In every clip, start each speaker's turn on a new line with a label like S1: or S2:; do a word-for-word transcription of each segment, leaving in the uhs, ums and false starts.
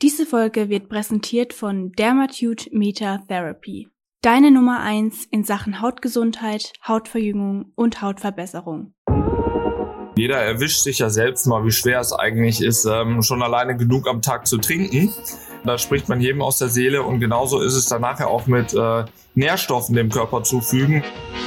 S1: Diese Folge wird präsentiert von Dermatute Meta Therapy. Deine Nummer eins in Sachen Hautgesundheit, Hautverjüngung und Hautverbesserung.
S2: Jeder erwischt sich ja selbst mal, wie schwer es eigentlich ist, ähm, schon alleine genug am Tag zu trinken. Da spricht man jedem aus der Seele und genauso ist es dann nachher auch mit äh, Nährstoffen dem Körper zufügen.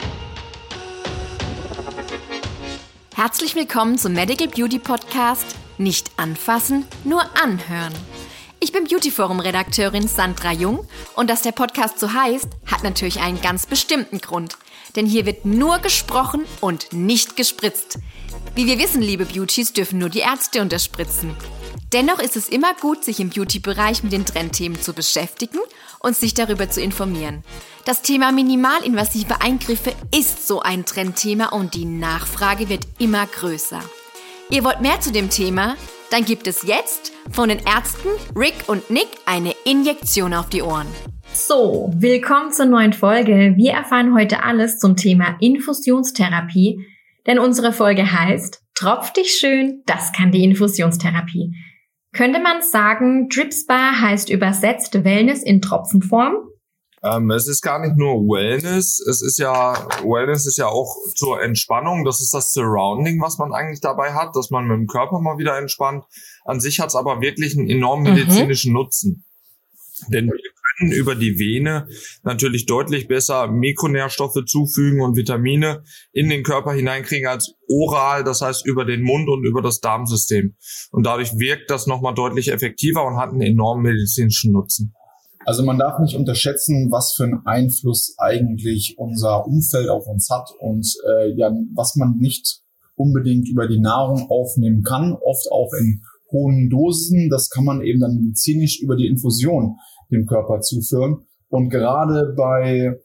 S3: Herzlich willkommen zum Medical Beauty Podcast. Nicht anfassen, nur anhören. Ich bin Beauty Forum Redakteurin Sandra Jung und dass der Podcast so heißt, hat natürlich einen ganz bestimmten Grund. Denn hier wird nur gesprochen und nicht gespritzt. Wie wir wissen, liebe Beauties, dürfen nur die Ärzte unterspritzen. Dennoch ist es immer gut, sich im Beauty-Bereich mit den Trendthemen zu beschäftigen und sich darüber zu informieren. Das Thema minimalinvasive Eingriffe ist so ein Trendthema und die Nachfrage wird immer größer. Ihr wollt mehr zu dem Thema? Dann gibt es jetzt von den Ärzten Rick und Nick eine Injektion auf die Ohren.
S4: So, willkommen zur neuen Folge. Wir erfahren heute alles zum Thema Infusionstherapie, denn unsere Folge heißt Tropf dich schön, das kann die Infusionstherapie. Könnte man sagen, Drip Spa heißt übersetzt Wellness in Tropfenform?
S2: Ähm, es ist gar nicht nur Wellness, es ist ja, Wellness ist ja auch zur Entspannung, das ist das Surrounding, was man eigentlich dabei hat, dass man mit dem Körper mal wieder entspannt. An sich hat es aber wirklich einen enormen medizinischen mhm. Nutzen. Denn wir können über die Vene natürlich deutlich besser Mikronährstoffe zufügen und Vitamine in den Körper hineinkriegen als oral, das heißt über den Mund und über das Darmsystem. Und dadurch wirkt das nochmal deutlich effektiver und hat einen enormen medizinischen Nutzen.
S5: Also man darf nicht unterschätzen, was für einen Einfluss eigentlich unser Umfeld auf uns hat und äh, ja, was man nicht unbedingt über die Nahrung aufnehmen kann, oft auch in hohen Dosen. Das kann man eben dann medizinisch über die Infusion dem Körper zuführen. Und gerade bei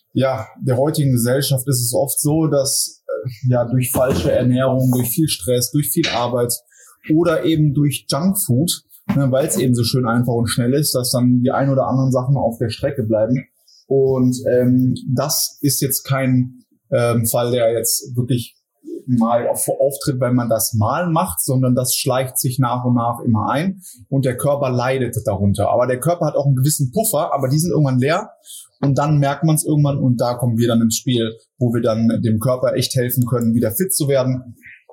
S5: ja der heutigen Gesellschaft ist es oft so, dass äh, ja durch falsche Ernährung, durch viel Stress, durch viel Arbeit oder eben durch Junkfood, ne, weil es eben so schön einfach und schnell ist, dass dann die ein oder anderen Sachen auf der Strecke bleiben. Und ähm, das ist jetzt kein ähm, Fall, der jetzt wirklich mal auf, auftritt, wenn man das mal macht, sondern das schleicht sich nach und nach immer ein und der Körper leidet darunter. Aber der Körper hat auch einen gewissen Puffer, aber die sind irgendwann leer und dann merkt man es irgendwann und da kommen wir dann ins Spiel, wo wir dann dem Körper echt helfen können, wieder fit zu werden.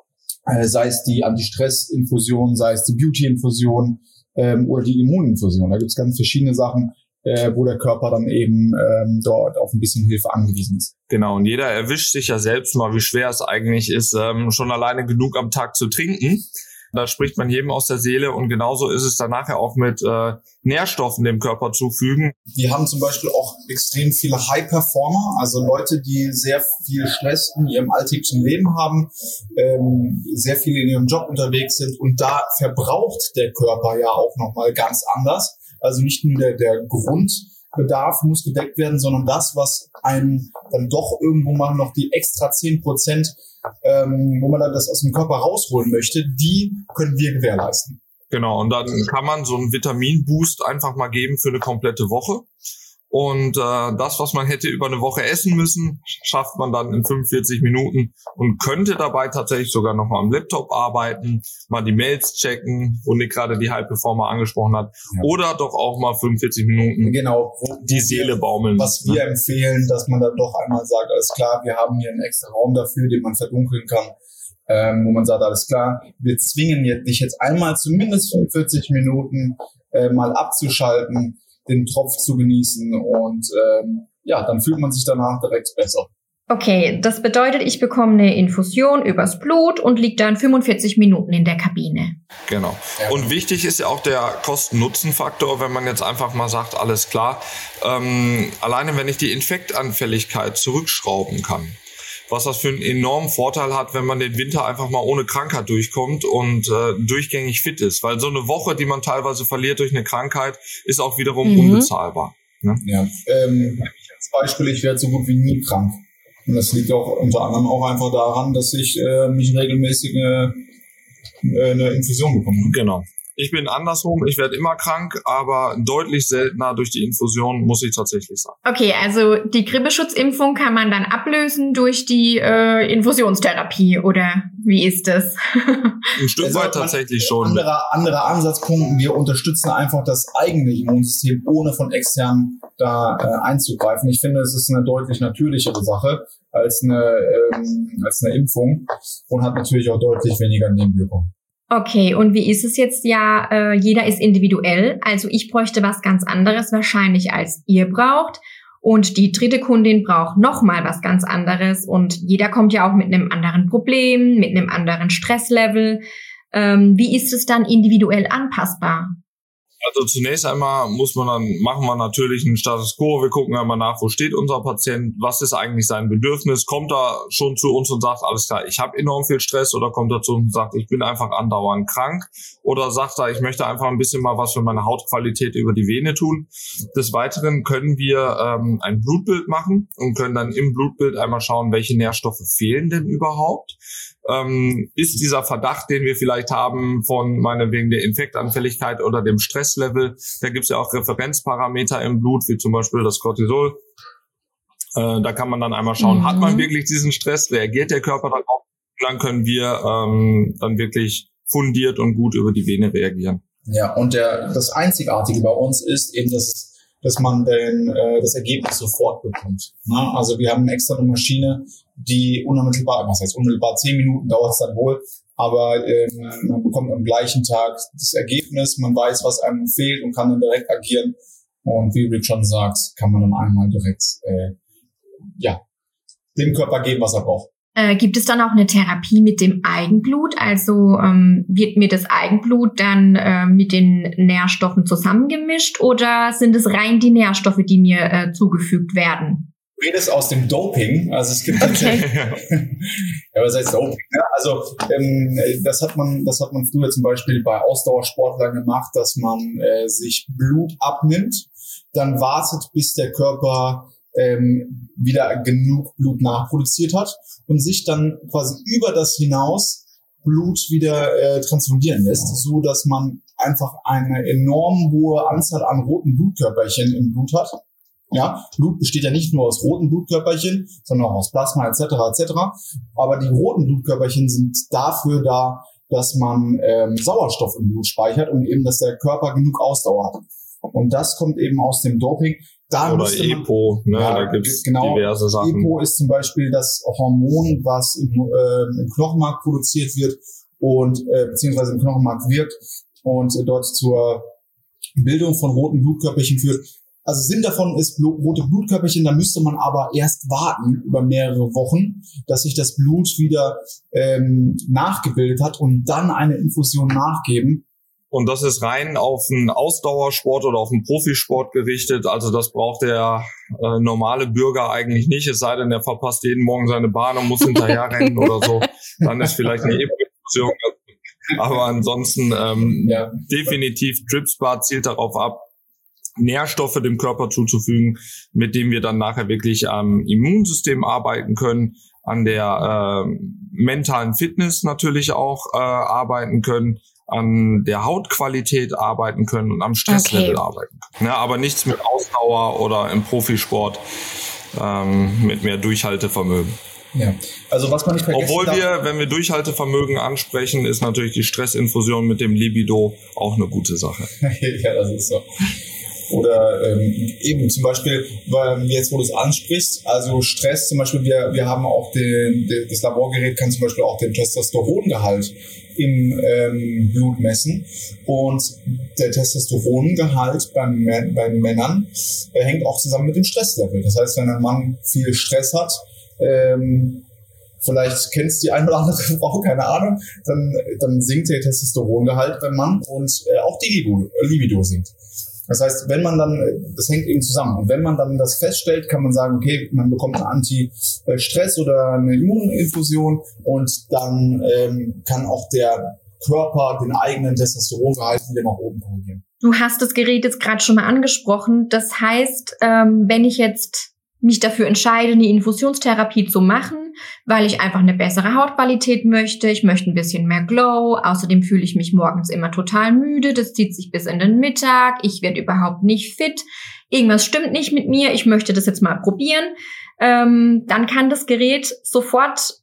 S5: Äh, sei es die Anti-Stress-Infusion, sei es die Beauty-Infusion ähm, oder die Immuninfusion. Da gibt es ganz verschiedene Sachen, äh, wo der Körper dann eben ähm, dort auf ein bisschen Hilfe angewiesen ist.
S2: Genau, und jeder erwischt sich ja selbst mal, wie schwer es eigentlich ist, ähm, schon alleine genug am Tag zu trinken. Da spricht man jedem aus der Seele und genauso ist es dann nachher auch mit äh, Nährstoffen dem Körper zufügen.
S5: Wir haben zum Beispiel auch extrem viele High-Performer, also Leute, die sehr viel Stress in ihrem alltäglichen Leben haben, ähm, sehr viel in ihrem Job unterwegs sind und da verbraucht der Körper ja auch nochmal ganz anders. Also nicht nur der, der Grundbedarf muss gedeckt werden, sondern das, was einen dann doch irgendwo mal noch die extra zehn Prozent, ähm, wo man dann das aus dem Körper rausholen möchte, die können wir gewährleisten.
S2: Genau, und dann kann man so einen Vitaminboost einfach mal geben für eine komplette Woche. Und äh, das, was man hätte über eine Woche essen müssen, schafft man dann in fünfundvierzig Minuten und könnte dabei tatsächlich sogar noch mal am Laptop arbeiten, mal die Mails checken, wo Nick gerade die High Performer angesprochen hat, ja. Oder doch auch mal fünfundvierzig Minuten
S5: genau,
S2: die Seele baumeln.
S5: Was wir ja. empfehlen, dass man dann doch einmal sagt, alles klar, wir haben hier einen extra Raum dafür, den man verdunkeln kann, ähm, wo man sagt, alles klar, wir zwingen jetzt, dich jetzt einmal zumindest fünfundvierzig Minuten äh, mal abzuschalten, den Tropf zu genießen und ähm, ja, dann fühlt man sich danach direkt besser.
S4: Okay, das bedeutet, ich bekomme eine Infusion übers Blut und liege dann fünfundvierzig Minuten in der Kabine.
S2: Genau. Und wichtig ist ja auch der Kosten-Nutzen-Faktor, wenn man jetzt einfach mal sagt, alles klar, ähm, alleine wenn ich die Infektanfälligkeit zurückschrauben kann, was das für einen enormen Vorteil hat, wenn man den Winter einfach mal ohne Krankheit durchkommt und äh, durchgängig fit ist. Weil so eine Woche, die man teilweise verliert durch eine Krankheit, ist auch wiederum mhm. unbezahlbar. Ne?
S5: Ja, ähm, als Beispiel, ich werde so gut wie nie krank. Und das liegt auch unter anderem auch einfach daran, dass ich äh, mich regelmäßig eine, eine Infusion bekomme.
S2: Genau. Ich bin andersrum, ich werde immer krank, aber deutlich seltener durch die Infusion, muss ich tatsächlich sagen.
S4: Okay, also die Grippeschutzimpfung kann man dann ablösen durch die äh, Infusionstherapie, oder wie ist das?
S2: Ein Stück
S5: also
S2: weit tatsächlich schon.
S5: Anderer, anderer Ansatzpunkt, wir unterstützen einfach das eigene Immunsystem, ohne von extern da äh, einzugreifen. Ich finde, es ist eine deutlich natürlichere Sache als eine, ähm, als eine Impfung und hat natürlich auch deutlich weniger Nebenwirkungen.
S4: Okay, und wie ist es jetzt? Ja, äh, jeder ist individuell. Also ich bräuchte was ganz anderes wahrscheinlich, als ihr braucht. Und die dritte Kundin braucht nochmal was ganz anderes. Und jeder kommt ja auch mit einem anderen Problem, mit einem anderen Stresslevel. Ähm, wie ist es dann individuell anpassbar?
S2: Also zunächst einmal muss man dann, machen wir natürlich einen Status Quo. Wir gucken einmal nach, wo steht unser Patient, was ist eigentlich sein Bedürfnis, kommt er schon zu uns und sagt, alles klar, ich habe enorm viel Stress, oder kommt er zu uns und sagt, ich bin einfach andauernd krank, oder sagt er, ich möchte einfach ein bisschen mal was für meine Hautqualität über die Vene tun. Des Weiteren können wir ähm, ein Blutbild machen und können dann im Blutbild einmal schauen, welche Nährstoffe fehlen denn überhaupt. Ähm, ist dieser Verdacht, den wir vielleicht haben von meinetwegen der Infektanfälligkeit oder dem Stresslevel, da gibt es ja auch Referenzparameter im Blut, wie zum Beispiel das Cortisol. Äh, da kann man dann einmal schauen, mhm. hat man wirklich diesen Stress, reagiert der Körper darauf? Und dann können wir ähm, dann wirklich fundiert und gut über die Vene reagieren.
S5: Ja, und der das Einzigartige bei uns ist eben, dass dass man den, äh, das Ergebnis sofort bekommt. Ne? Also wir haben eine extra Maschine, die unmittelbar, was heißt unmittelbar, zehn Minuten dauert es dann wohl, aber ähm, man bekommt am gleichen Tag das Ergebnis, man weiß, was einem fehlt und kann dann direkt agieren. Und wie Rick schon sagt, kann man dann einmal direkt äh, ja dem Körper geben, was er braucht.
S4: Äh, gibt es dann auch eine Therapie mit dem Eigenblut? Also ähm, wird mir das Eigenblut dann äh, mit den Nährstoffen zusammengemischt, oder sind es rein die Nährstoffe, die mir äh, zugefügt werden?
S5: Du redest aus dem Doping, also es gibt
S4: okay.
S5: ja, was heißt Doping? Ja, also ähm, das hat man, das hat man früher zum Beispiel bei Ausdauersportlern gemacht, dass man äh, sich Blut abnimmt, dann wartet, bis der Körper ähm, wieder genug Blut nachproduziert hat und sich dann quasi über das hinaus Blut wieder äh, transfundieren lässt, so dass man einfach eine enorm hohe Anzahl an roten Blutkörperchen im Blut hat. Ja, Blut besteht ja nicht nur aus roten Blutkörperchen, sondern auch aus Plasma et cetera et cetera. Aber die roten Blutkörperchen sind dafür da, dass man ähm, Sauerstoff im Blut speichert und eben, dass der Körper genug Ausdauer hat. Und das kommt eben aus dem Doping. Da
S2: Oder E P O, ne?
S5: Ja,
S2: da gibt's
S5: genau,
S2: diverse Sachen.
S5: E P O ist zum Beispiel das Hormon, was im, äh, im Knochenmark produziert wird und äh, beziehungsweise im Knochenmark wirkt und äh, dort zur Bildung von roten Blutkörperchen führt. Also Sinn davon ist bl- rote Blutkörperchen, da müsste man aber erst warten über mehrere Wochen, dass sich das Blut wieder ähm, nachgebildet hat und dann eine Infusion nachgeben.
S2: Und das ist rein auf einen Ausdauersport oder auf einen Profisport gerichtet. Also das braucht der äh, normale Bürger eigentlich nicht. Es sei denn, er verpasst jeden Morgen seine Bahn und muss hinterherrennen oder so. Dann ist vielleicht eine E-Infusion. Aber ansonsten ähm, ja. definitiv Tripsbar zielt darauf ab, Nährstoffe dem Körper zuzufügen, mit denen wir dann nachher wirklich am Immunsystem arbeiten können, an der äh, mentalen Fitness natürlich auch äh, arbeiten können, an der Hautqualität arbeiten können und am Stresslevel okay. arbeiten können. Ja, aber nichts mit Ausdauer oder im Profisport ähm, mit mehr Durchhaltevermögen.
S5: Ja, also was man nicht vergessen
S2: Obwohl
S5: darf,
S2: wir, wenn wir Durchhaltevermögen ansprechen, ist natürlich die Stressinfusion mit dem Libido auch eine gute Sache.
S5: Ja, das ist so. Oder ähm, eben zum Beispiel, weil jetzt wo du es ansprichst, also Stress zum Beispiel, wir wir haben auch den, den das Laborgerät kann zum Beispiel auch den Testosterongehalt im ähm, Blut messen, und der Testosterongehalt beim, bei Männern äh, hängt auch zusammen mit dem Stresslevel. Das heißt, wenn ein Mann viel Stress hat, ähm, vielleicht kennst du die eine oder andere Frau, keine Ahnung, dann dann sinkt der Testosterongehalt beim Mann und äh, auch die Libido, Libido sinkt. Das heißt, wenn man dann, das hängt eben zusammen. Und wenn man dann das feststellt, kann man sagen, okay, man bekommt eine Anti-Stress- oder eine Immuninfusion, und dann ähm, kann auch der Körper den eigenen Testosterongehalt wieder nach oben korrigieren.
S4: Du hast das Gerät jetzt gerade schon mal angesprochen. Das heißt, ähm, wenn ich jetzt mich dafür entscheide, eine Infusionstherapie zu machen, weil ich einfach eine bessere Hautqualität möchte. Ich möchte ein bisschen mehr Glow. Außerdem fühle ich mich morgens immer total müde. Das zieht sich bis in den Mittag. Ich werde überhaupt nicht fit. Irgendwas stimmt nicht mit mir. Ich möchte das jetzt mal probieren. Ähm, dann kann das Gerät sofort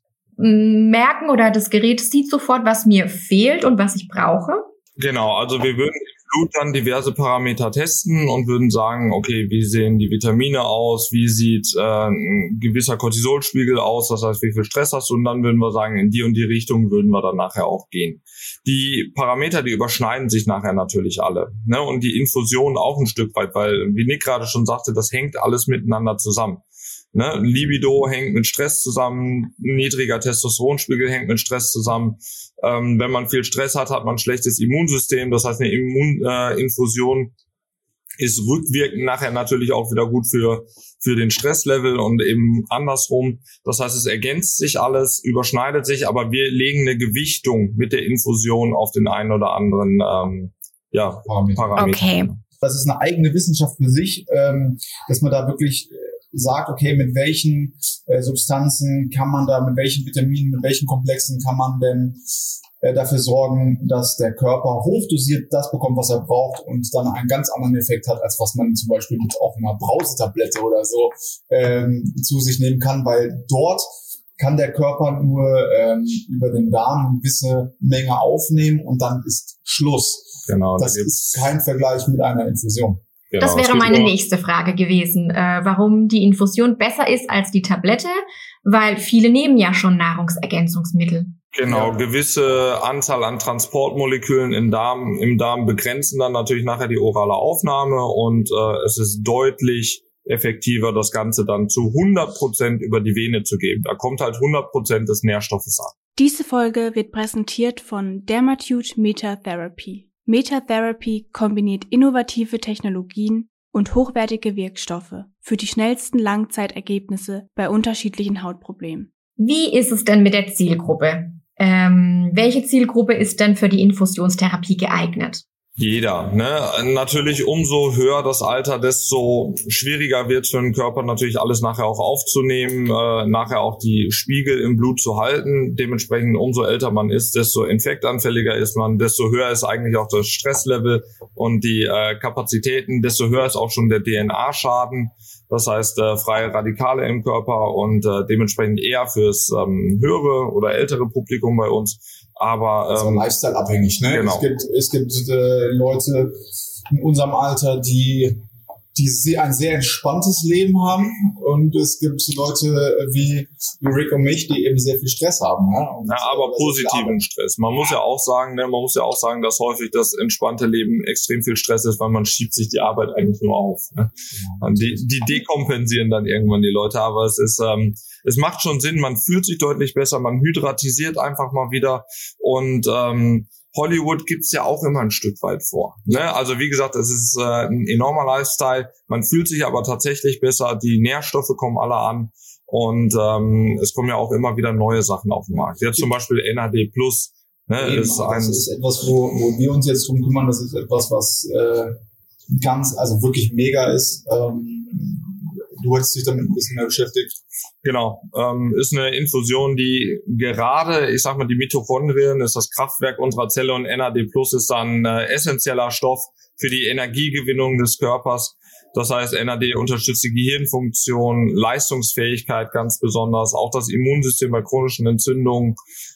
S4: merken oder das Gerät sieht sofort, was mir fehlt und was ich brauche.
S2: Genau, also wir würden im Blut dann diverse Parameter testen und würden sagen, okay, wie sehen die Vitamine aus, wie sieht äh, ein gewisser Cortisolspiegel aus, das heißt, wie viel Stress hast du, und dann würden wir sagen, in die und die Richtung würden wir dann nachher auch gehen. Die Parameter, die überschneiden sich nachher natürlich alle, ne? Und die Infusion auch ein Stück weit, weil, wie Nick gerade schon sagte, das hängt alles miteinander zusammen. Ne, Libido hängt mit Stress zusammen, niedriger Testosteronspiegel hängt mit Stress zusammen. Ähm, wenn man viel Stress hat, hat man ein schlechtes Immunsystem. Das heißt, eine Immuninfusion äh, ist rückwirkend nachher natürlich auch wieder gut für für den Stresslevel und eben andersrum. Das heißt, es ergänzt sich alles, überschneidet sich, aber wir legen eine Gewichtung mit der Infusion auf den einen oder anderen ähm, ja, Parameter.
S3: Okay.
S5: Das ist eine eigene Wissenschaft für sich, ähm, dass man da wirklich sagt, okay, mit welchen äh, Substanzen kann man da, mit welchen Vitaminen, mit welchen Komplexen kann man denn äh, dafür sorgen, dass der Körper hochdosiert das bekommt, was er braucht und dann einen ganz anderen Effekt hat, als was man zum Beispiel mit auch einer Brausetablette oder so ähm, zu sich nehmen kann, weil dort kann der Körper nur ähm, über den Darm eine gewisse Menge aufnehmen und dann ist Schluss.
S2: Genau,
S5: das
S2: da
S5: ist kein Vergleich mit einer Infusion.
S2: Genau,
S4: das wäre meine nächste Frage gewesen, äh, warum die Infusion besser ist als die Tablette, weil viele nehmen ja schon Nahrungsergänzungsmittel.
S2: Genau,
S5: ja.
S2: Gewisse Anzahl an Transportmolekülen im Darm, im Darm begrenzen dann natürlich nachher die orale Aufnahme und äh, es ist deutlich effektiver, das Ganze dann zu hundert Prozent über die Vene zu geben. Da kommt halt hundert Prozent des Nährstoffes an.
S1: Diese Folge wird präsentiert von Dermatute Meta Therapy. Meta Therapy kombiniert innovative Technologien und hochwertige Wirkstoffe für die schnellsten Langzeitergebnisse bei unterschiedlichen Hautproblemen.
S4: Wie ist es denn mit der Zielgruppe? Ähm, welche Zielgruppe ist denn für die Infusionstherapie geeignet?
S2: Jeder, ne? Natürlich umso höher das Alter, desto schwieriger wird für den Körper natürlich alles nachher auch aufzunehmen, äh, nachher auch die Spiegel im Blut zu halten. Dementsprechend umso älter man ist, desto infektanfälliger ist man, desto höher ist eigentlich auch das Stresslevel und die äh, Kapazitäten, desto höher ist auch schon der D N A-Schaden. Das heißt, äh, freie Radikale im Körper und äh, dementsprechend eher fürs ähm, höhere oder ältere Publikum bei uns. Aber ähm,
S5: also Lifestyle abhängig, ne?
S2: Genau.
S5: Es gibt es gibt äh, Leute in unserem Alter, die die sehr, ein sehr entspanntes Leben haben und es gibt Leute wie Rick und mich, die eben sehr viel Stress haben. Ja, und
S2: ja aber positiven Stress. Man muss ja auch sagen, ne, man muss ja auch sagen, dass häufig das entspannte Leben extrem viel Stress ist, weil man schiebt sich die Arbeit eigentlich nur auf. Ne? Und die, die dekompensieren dann irgendwann die Leute, aber es ist ähm, es macht schon Sinn, man fühlt sich deutlich besser, man hydratisiert einfach mal wieder und ähm, Hollywood gibt's ja auch immer ein Stück weit vor. Ne? Also wie gesagt, es ist äh, ein enormer Lifestyle. Man fühlt sich aber tatsächlich besser. Die Nährstoffe kommen alle an und ähm, es kommen ja auch immer wieder neue Sachen auf den Markt. Jetzt zum Beispiel N A D plus. Ne,
S5: Eben,
S2: ist ein,
S5: das ist etwas, wo, wo wir uns jetzt drum kümmern. Das ist etwas, was äh, ganz, also wirklich mega ist. Ähm, du hast dich damit ein bisschen mehr beschäftigt.
S2: Genau, ähm, ist eine Infusion, die gerade, ich sag mal, die Mitochondrien ist das Kraftwerk unserer Zelle und N A D plus ist dann äh, essentieller Stoff für die Energiegewinnung des Körpers. Das heißt, N A D unterstützt die Gehirnfunktion, Leistungsfähigkeit ganz besonders, auch das Immunsystem bei chronischen Entzündungen.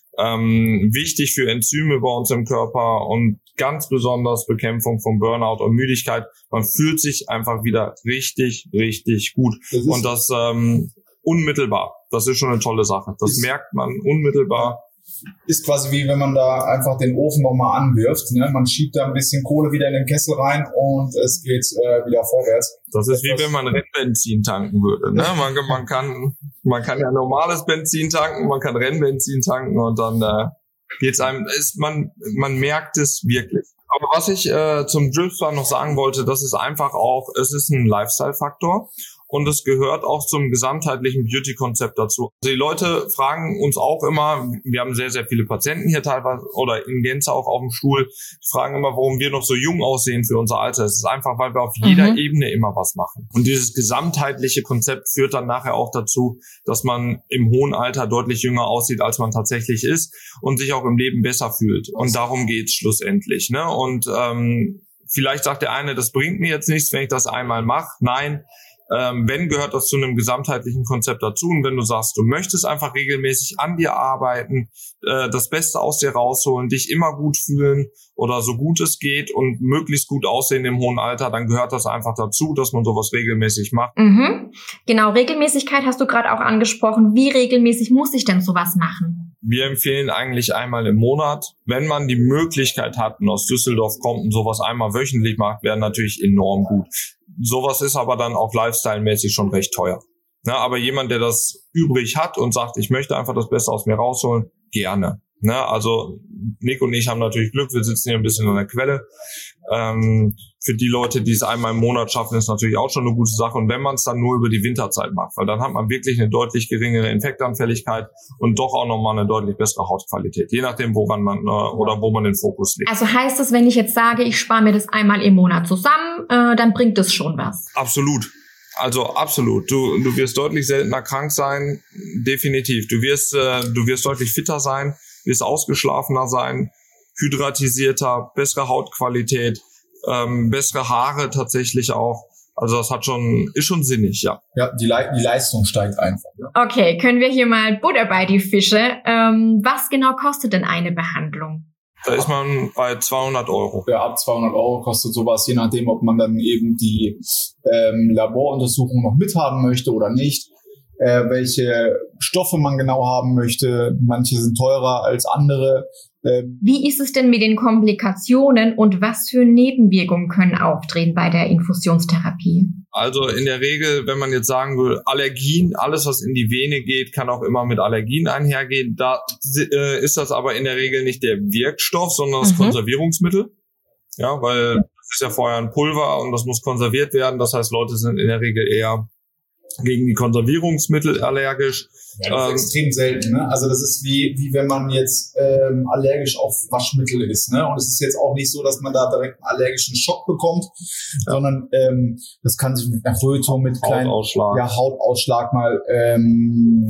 S2: Ähm, wichtig für Enzyme bei uns im Körper und ganz besonders Bekämpfung von Burnout und Müdigkeit. Man fühlt sich einfach wieder richtig, richtig gut.
S5: Das
S2: und das ähm, unmittelbar. Das ist schon eine tolle Sache. Das merkt man unmittelbar.
S5: Ist quasi wie wenn man da einfach den Ofen nochmal anwirft. Ne? Man schiebt da ein bisschen Kohle wieder in den Kessel rein und es geht äh, wieder vorwärts.
S2: Das ist wie wenn man Rennbenzin tanken würde. Ne? Man, man kann man kann ja normales Benzin tanken, man kann Rennbenzin tanken und dann äh, geht's einem. Ist man man merkt es wirklich. Aber was ich äh, zum Dripspar noch sagen wollte, das ist einfach auch, es ist ein Lifestyle-Faktor und es gehört auch zum gesamtheitlichen Beauty-Konzept dazu. Also die Leute fragen uns auch immer, wir haben sehr, sehr viele Patienten hier teilweise oder in Gänze auch auf dem Stuhl, die fragen immer, warum wir noch so jung aussehen für unser Alter. Es ist einfach, weil wir auf jeder mhm. Ebene immer was machen. Und dieses gesamtheitliche Konzept führt dann nachher auch dazu, dass man im hohen Alter deutlich jünger aussieht, als man tatsächlich ist und sich auch im Leben besser fühlt. Und darum geht's schlussendlich, ne? Und ähm, vielleicht sagt der eine, das bringt mir jetzt nichts, wenn ich das einmal mache. Nein, ähm, wenn, gehört das zu einem gesamtheitlichen Konzept dazu. Und wenn du sagst, du möchtest einfach regelmäßig an dir arbeiten, äh, das Beste aus dir rausholen, dich immer gut fühlen oder so gut es geht und möglichst gut aussehen im hohen Alter, dann gehört das einfach dazu, dass man sowas regelmäßig macht.
S4: Mhm. Genau, Regelmäßigkeit hast du gerade auch angesprochen. Wie regelmäßig muss ich denn sowas machen?
S2: Wir empfehlen eigentlich einmal im Monat. Wenn man die Möglichkeit hat und aus Düsseldorf kommt und sowas einmal wöchentlich macht, wäre natürlich enorm gut. Sowas ist aber dann auch lifestyle-mäßig schon recht teuer. Na, aber jemand, der das übrig hat und sagt, ich möchte einfach das Beste aus mir rausholen, gerne. Na, also Nick und ich haben natürlich Glück, wir sitzen hier ein bisschen an der Quelle. Ähm, für die Leute, die es einmal im Monat schaffen, ist natürlich auch schon eine gute Sache. Und wenn man es dann nur über die Winterzeit macht, weil dann hat man wirklich eine deutlich geringere Infektanfälligkeit und doch auch nochmal eine deutlich bessere Hautqualität, je nachdem, woran man äh, oder wo man den Fokus legt.
S4: Also heißt es, wenn ich jetzt sage, ich spare mir das einmal im Monat zusammen, äh, dann bringt das schon was?
S2: Absolut. Also absolut. Du du wirst deutlich seltener krank sein, definitiv. Du wirst äh, du wirst deutlich fitter sein, wirst ausgeschlafener sein, hydratisierter, bessere Hautqualität, ähm, bessere Haare tatsächlich auch. Also das hat schon ist schon sinnig, ja.
S5: Ja, die, Le- die Leistung steigt einfach. Ja.
S4: Okay, können wir hier mal Butter bei die Fische. Ähm, was genau kostet denn eine Behandlung?
S2: Da ist man bei zweihundert Euro.
S5: Ja, ab zweihundert Euro kostet sowas, je nachdem, ob man dann eben die ähm, Laboruntersuchung noch mithaben möchte oder nicht, äh, welche Stoffe man genau haben möchte. Manche sind teurer als andere. Ähm,
S4: Wie ist es denn mit den Komplikationen und was für Nebenwirkungen können auftreten bei der Infusionstherapie?
S2: Also in der Regel, wenn man jetzt sagen will, Allergien, alles was in die Vene geht, kann auch immer mit Allergien einhergehen. Da äh, ist das aber in der Regel nicht der Wirkstoff, sondern das mhm. Konservierungsmittel. Ja, weil das ist ja vorher ein Pulver und das muss konserviert werden. Das heißt, Leute sind in der Regel eher gegen die Konservierungsmittel allergisch.
S5: Ja, das ist ähm, extrem selten, ne? Also das ist wie wie wenn man jetzt ähm, allergisch auf Waschmittel ist, ne? Und es ist jetzt auch nicht so, dass man da direkt einen allergischen Schock bekommt, ja. sondern ähm, das kann sich mit einer Rötung, mit kleinen
S2: Hautausschlag.
S5: Ja, Hautausschlag mal ähm,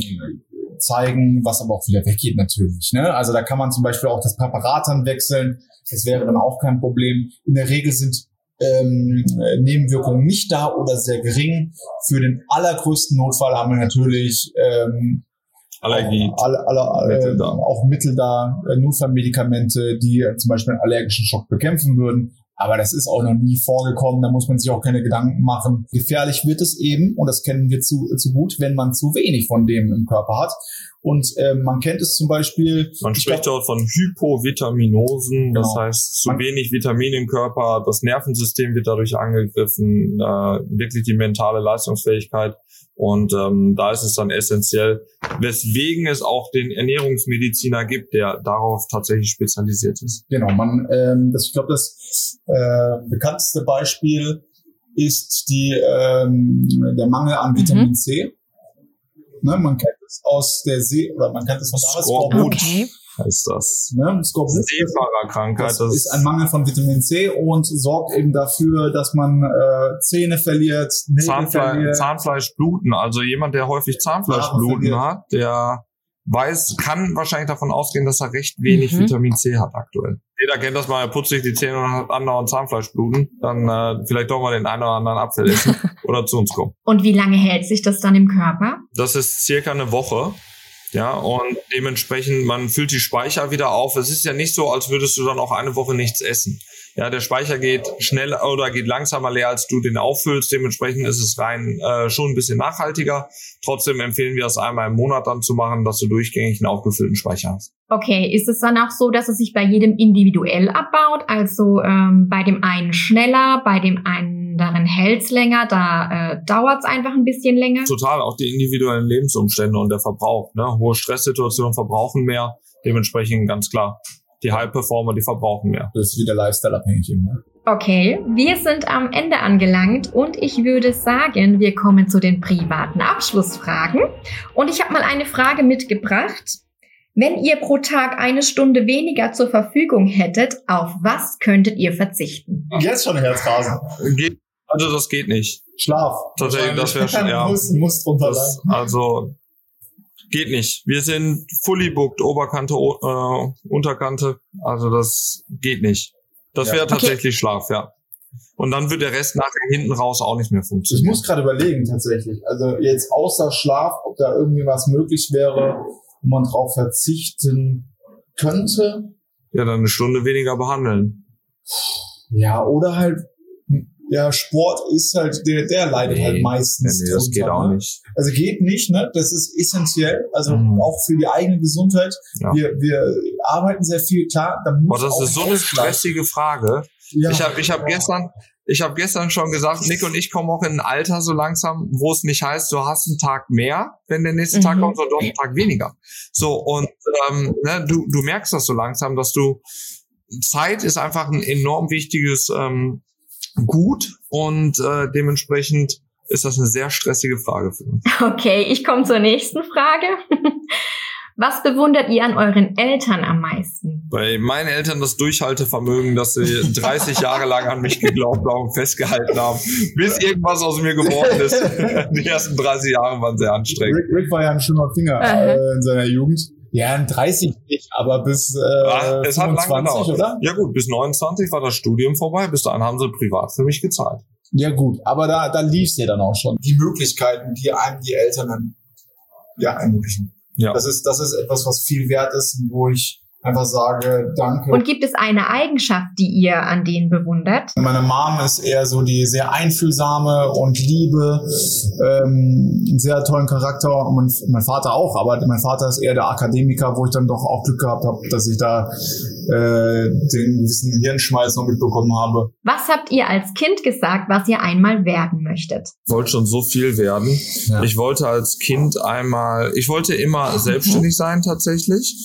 S5: zeigen, was aber auch wieder weggeht natürlich, ne? Also da kann man zum Beispiel auch das Präparat dann wechseln. Das wäre dann auch kein Problem. In der Regel sind Ähm, Nebenwirkungen nicht da oder sehr gering. Für den allergrößten Notfall haben wir natürlich ähm,
S2: Allergie.
S5: Auch, alle, alle, Mittel äh, auch Mittel da, äh, Notfallmedikamente, die äh, zum Beispiel einen allergischen Schock bekämpfen würden. Aber das ist auch noch nie vorgekommen, da muss man sich auch keine Gedanken machen. Gefährlich wird es eben, und das kennen wir zu, zu gut, wenn man zu wenig von dem im Körper hat. Und äh, man kennt es zum Beispiel...
S2: Man spricht glaub, dort von Hypovitaminosen, das genau. heißt zu
S5: man,
S2: wenig Vitamin im Körper, das Nervensystem wird dadurch angegriffen, äh, wirklich die mentale Leistungsfähigkeit. Und ähm, da ist es dann essentiell, weswegen es auch den Ernährungsmediziner gibt, der darauf tatsächlich spezialisiert ist.
S5: Genau, man, ähm, das, ich glaube, das äh, bekannteste Beispiel ist die ähm, der Mangel an Vitamin mhm. C. Ne, man kennt es aus der See oder man kennt es von damals.
S2: Skorbut okay. heißt das.
S5: Ne, Skorbut.
S2: Seefahrerkrankheit.
S5: Das, das ist ein Mangel von Vitamin C und sorgt eben dafür, dass man äh, Zähne verliert, Nägel
S2: Zahnfle-
S5: verliert.
S2: Zahnfleischbluten. Also jemand, der häufig Zahnfleischbluten hat, der weiß, kann wahrscheinlich davon ausgehen, dass er recht wenig mhm. Vitamin C hat aktuell. Jeder kennt das mal, er putzt sich die Zähne und hat andauernd Zahnfleischbluten. Dann äh, vielleicht doch mal den einen oder anderen Apfel essen oder zu uns kommen.
S4: Und wie lange hält sich das dann im Körper?
S2: Das ist circa eine Woche. Ja, und dementsprechend, man füllt die Speicher wieder auf. Es ist ja nicht so, als würdest du dann auch eine Woche nichts essen. Ja, der Speicher geht schneller oder geht langsamer leer, als du den auffüllst. Dementsprechend ist es rein äh, schon ein bisschen nachhaltiger. Trotzdem empfehlen wir es einmal im Monat dann zu machen, dass du durchgängig einen aufgefüllten Speicher hast.
S4: Okay, ist es dann auch so, dass es sich bei jedem individuell abbaut? Also ähm, bei dem einen schneller, bei dem anderen hält's länger, da äh, dauert's einfach ein bisschen länger?
S2: Total, auch die individuellen Lebensumstände und der Verbrauch. Ne? Hohe Stresssituationen verbrauchen mehr, dementsprechend ganz klar. Die High-Performer, die verbrauchen mehr.
S5: Das ist wieder Lifestyle-abhängig eben, ne?
S4: Okay, wir sind am Ende angelangt und ich würde sagen, wir kommen zu den privaten Abschlussfragen. Und ich habe mal eine Frage mitgebracht. Wenn ihr pro Tag eine Stunde weniger zur Verfügung hättet, auf was könntet ihr verzichten?
S5: Jetzt schon Herzrasen.
S2: Geht, also das geht nicht.
S5: Schlaf.
S2: Tatsächlich, das wäre schon, ja.
S5: muss, muss drunter
S2: Das,
S5: sein.
S2: also geht nicht. Wir sind fully booked, Oberkante, äh, Unterkante. Also das geht nicht. Das wäre
S5: Ja.
S2: tatsächlich okay. Schlaf, ja. Und dann wird der Rest nachher hinten raus auch nicht mehr funktionieren.
S5: Ich muss gerade überlegen, tatsächlich. Also jetzt außer Schlaf, ob da irgendwie was möglich wäre, wo man drauf verzichten könnte.
S2: Ja, dann eine Stunde weniger behandeln.
S5: Ja, oder halt, ja, Sport ist halt, der, der leidet
S2: nee,
S5: halt meistens.
S2: Nee, nee, das
S5: drunter,
S2: geht auch
S5: ne?
S2: nicht.
S5: Also geht nicht, ne? Das ist essentiell, also
S2: Mhm.
S5: auch für die eigene Gesundheit.
S2: Ja.
S5: Wir, wir arbeiten sehr viel, klar. Da muss
S2: Boah, das
S5: auch
S2: ist so eine
S5: Ausgleich-
S2: stressige Frage.
S5: Ja.
S2: Ich habe ich hab gestern, ich habe gestern schon gesagt, Nick und ich kommen auch in ein Alter so langsam, wo es nicht heißt, du hast einen Tag mehr, wenn der nächste
S4: Mhm.
S2: Tag kommt, sondern du hast einen Tag weniger. So, und ähm, ne, du, du merkst das so langsam, dass du, Zeit ist einfach ein enorm wichtiges ähm, Gut und äh, dementsprechend ist das eine sehr stressige Frage für uns.
S4: Okay, ich komme zur nächsten Frage. Was bewundert ihr an euren Eltern am meisten?
S2: Bei meinen Eltern das Durchhaltevermögen, dass sie dreißig Jahre lang an mich geglaubt haben und festgehalten haben, bis irgendwas aus mir geworden ist. Die ersten dreißig Jahre waren sehr anstrengend.
S5: Rick, Rick war ja ein schlimmer Finger äh, in seiner Jugend. Ja, in dreißig nicht, aber bis äh,
S2: Ah, es hat lange
S5: fünfundzwanzig,
S2: gedauert.
S5: oder?
S2: Ja gut, bis neunundzwanzig war das Studium vorbei, bis dahin haben sie privat für mich gezahlt.
S5: Ja gut, aber da, da lief's ja dann auch schon. Die Möglichkeiten, die einem die Eltern dann ja ermöglichen.
S2: Ja.
S5: Das ist, das ist etwas, was viel wert ist, wo ich einfach sage, danke.
S4: Und gibt es eine Eigenschaft, die ihr an denen bewundert?
S5: Meine Mom ist eher so die sehr einfühlsame und liebe, ähm, einen sehr tollen Charakter. Und mein, mein Vater auch, aber mein Vater ist eher der Akademiker, wo ich dann doch auch Glück gehabt habe, dass ich da äh, den gewissen Hirnschmalz noch mitbekommen habe.
S4: Was habt ihr als Kind gesagt, was ihr einmal werden möchtet?
S2: Ich wollte schon so viel werden.
S5: Ja.
S2: Ich wollte als Kind einmal, ich wollte immer selbstständig sein tatsächlich.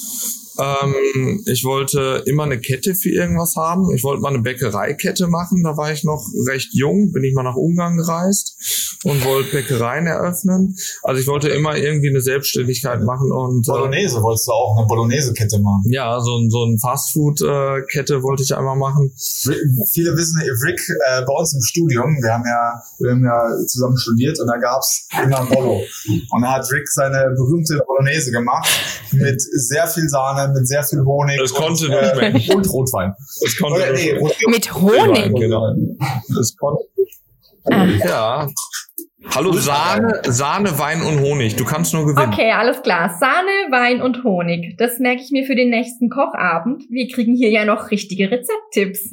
S2: Ähm, ich wollte immer eine Kette für irgendwas haben. Ich wollte mal eine Bäckereikette machen. Da war ich noch recht jung, bin ich mal nach Ungarn gereist und wollte Bäckereien eröffnen. Also ich wollte immer irgendwie eine Selbstständigkeit machen und äh,
S5: Bolognese wolltest du auch, eine Bolognese-Kette machen.
S2: ja, so, so eine Fastfood-Kette wollte ich einmal machen.
S5: Rick, viele wissen, Rick, äh, bei uns im Studium, wir haben ja, wir haben ja zusammen studiert und da gab's immer Bolo. Und da hat Rick seine berühmte Bolognese gemacht mit sehr viel Sahne, mit sehr viel Honig.
S2: Das konnte
S5: und,
S2: nur
S5: äh,
S2: schmecken.
S5: und Rotwein.
S2: Das konnte
S5: Oder, nee, Rot-
S4: Mit Honig?
S2: Genau. Das konnte
S4: Ah.
S2: ja. Hallo, Sahne, Sahne, Wein und Honig. Du kannst nur gewinnen.
S4: Okay, alles klar. Sahne, Wein und Honig. Das merke ich mir für den nächsten Kochabend. Wir kriegen hier ja noch richtige Rezepttipps.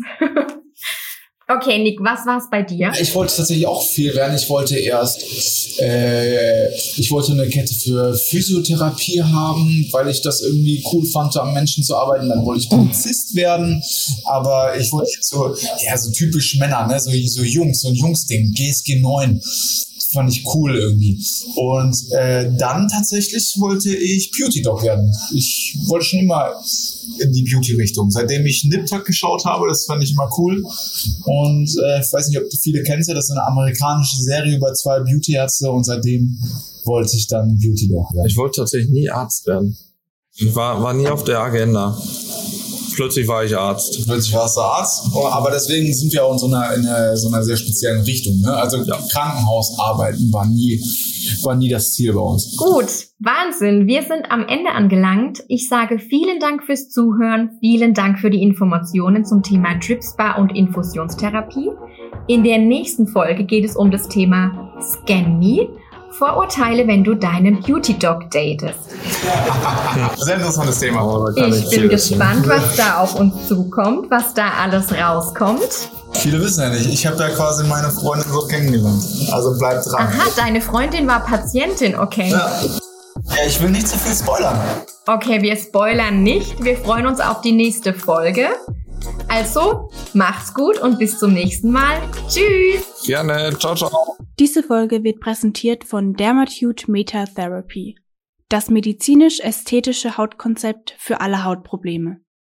S4: Okay, Nick, was war's bei dir?
S5: Ich wollte tatsächlich auch viel werden. Ich wollte erst, äh, ich wollte eine Kette für Physiotherapie haben, weil ich das irgendwie cool fand, am Menschen zu arbeiten. Dann wollte ich Polizist werden, aber ich wollte jetzt so, ja, so typisch Männer, ne, so, so Jungs, so ein Jungsding, G S G neun. Fand ich cool irgendwie. Und äh, dann tatsächlich wollte ich Beauty Dog werden. Ich wollte schon immer in die Beauty-Richtung. Seitdem ich Nip-Tuck geschaut habe, das fand ich immer cool. Und äh, ich weiß nicht, ob du viele kennst, das ist eine amerikanische Serie über zwei Beauty-Ärzte und seitdem wollte ich dann Beauty Dog werden.
S2: Ich wollte tatsächlich nie Arzt werden. Ich war, war nie auf der Agenda. Plötzlich war ich Arzt.
S5: Plötzlich warst du Arzt, aber deswegen sind wir auch in so einer, in einer, so einer sehr speziellen Richtung. Ne? Also
S2: Ja.
S5: Krankenhausarbeiten war nie, war nie das Ziel bei uns.
S4: Gut, Wahnsinn. Wir sind am Ende angelangt. Ich sage vielen Dank fürs Zuhören. Vielen Dank für die Informationen zum Thema Drip Spa und Infusionstherapie. In der nächsten Folge geht es um das Thema Scan Me. Vorurteile, wenn du deinen Beauty Dog datest.
S5: Sehr interessantes Thema.
S2: Oh, da kann
S4: Ich
S2: viel
S4: bin
S2: wissen.
S4: gespannt, was da auf uns zukommt, was da alles rauskommt.
S5: Viele wissen ja nicht, ich habe ja quasi meine Freundin so kennengelernt. Also bleib dran.
S4: Aha, deine Freundin war Patientin, okay.
S5: Ja. Ja, ich will nicht zu viel spoilern.
S4: Okay, wir spoilern nicht. Wir freuen uns auf die nächste Folge. Also, macht's gut und bis zum nächsten Mal. Tschüss!
S2: Gerne. Ciao, ciao.
S1: Diese Folge wird präsentiert von Dermatute Meta Therapy. Das medizinisch-ästhetische Hautkonzept für alle Hautprobleme.